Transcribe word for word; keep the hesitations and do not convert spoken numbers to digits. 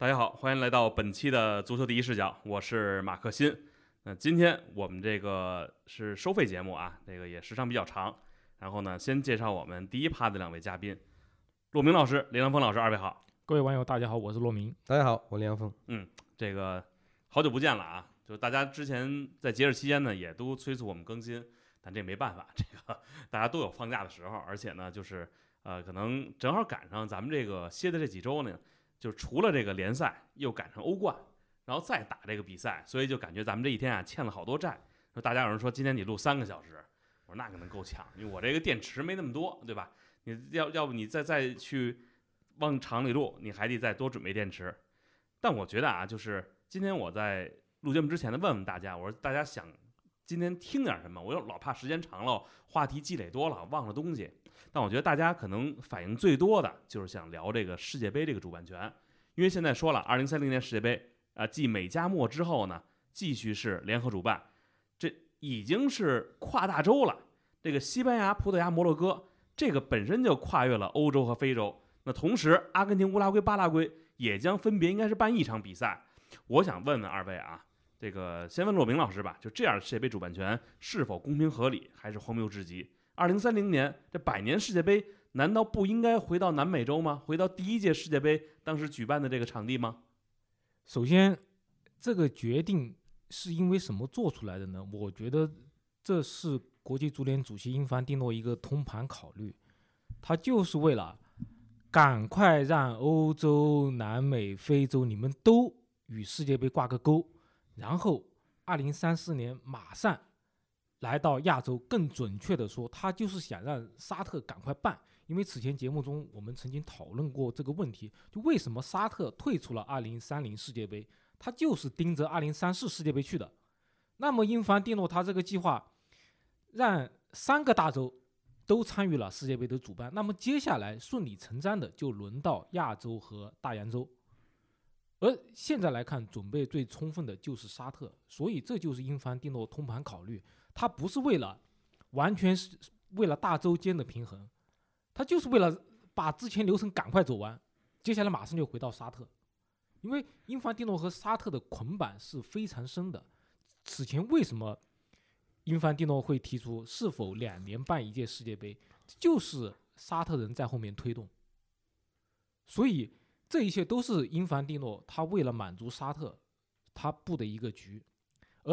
大家好，欢迎来到本期的足球第一视角，我是马克新。那今天我们这个是收费节目啊，这个也时长比较长。然后呢，先介绍我们第一趴的两位嘉宾，骆明老师、林良锋老师，二位好。 各位网友大家好，我是骆明。 大家好，我林良锋。 嗯，这个好久不见了啊！就大家之前在节日期间呢，也都催促我们更新，但这没办法，这个大家都有放假的时候，而且呢，就是呃，可能正好赶上咱们这个歇的这几周呢。就除了这个联赛，又赶上欧冠，然后再打这个比赛，所以就感觉咱们这一天啊欠了好多债。说大家有人说今天你录三个小时，我说那可能够呛，因为我这个电池没那么多，对吧？你要要不你再再去往厂里录，你还得再多准备电池。但我觉得啊，就是今天我在录节目之前呢，问问大家，我说大家想今天听点什么？我又老怕时间长了，话题积累多了，忘了东西。但我觉得大家可能反应最多的就是想聊这个世界杯这个主办权，因为现在说了，二零三零年世界杯啊，继美加墨之后呢，继续是联合主办，这已经是跨大洲了。这个西班牙、葡萄牙、摩洛哥，这个本身就跨越了欧洲和非洲。那同时，阿根廷、乌拉圭、巴拉圭也将分别应该是办一场比赛。我想问问二位啊，这个先问骆明老师吧，就这样世界杯主办权是否公平合理，还是荒谬至极？二零三零年这百年世界杯，难道不应该回到南美洲吗？回到第一届世界杯当时举办的这个场地吗？ 首先，这个决定是因为什么做出来的呢？我觉得这是国际足联主席因凡蒂诺一个通盘考虑，他就是为了赶快让欧洲、南美、非洲你们都与世界杯挂个钩，然后二零三四年马上来到亚洲，更准确的说，他就是想让沙特赶快办。因为此前节目中我们曾经讨论过这个问题，就为什么沙特退出了二零三零世界杯，他就是盯着二零三四世界杯去的。那么因凡蒂诺他这个计划让三个大洲都参与了世界杯的主办，那么接下来顺理成章的就轮到亚洲和大洋洲，而现在来看准备最充分的就是沙特，所以这就是因凡蒂诺通盘考虑，他不是为了完全是为了大洲间的平衡，他就是为了把之前流程赶快走完，接下来马上就回到沙特。因为因凡蒂诺和沙特的捆绑是非常深的，此前为什么因凡蒂诺会提出是否两年办一届世界杯，就是沙特人在后面推动，所以这一切都是因凡蒂诺他为了满足沙特他布的一个局。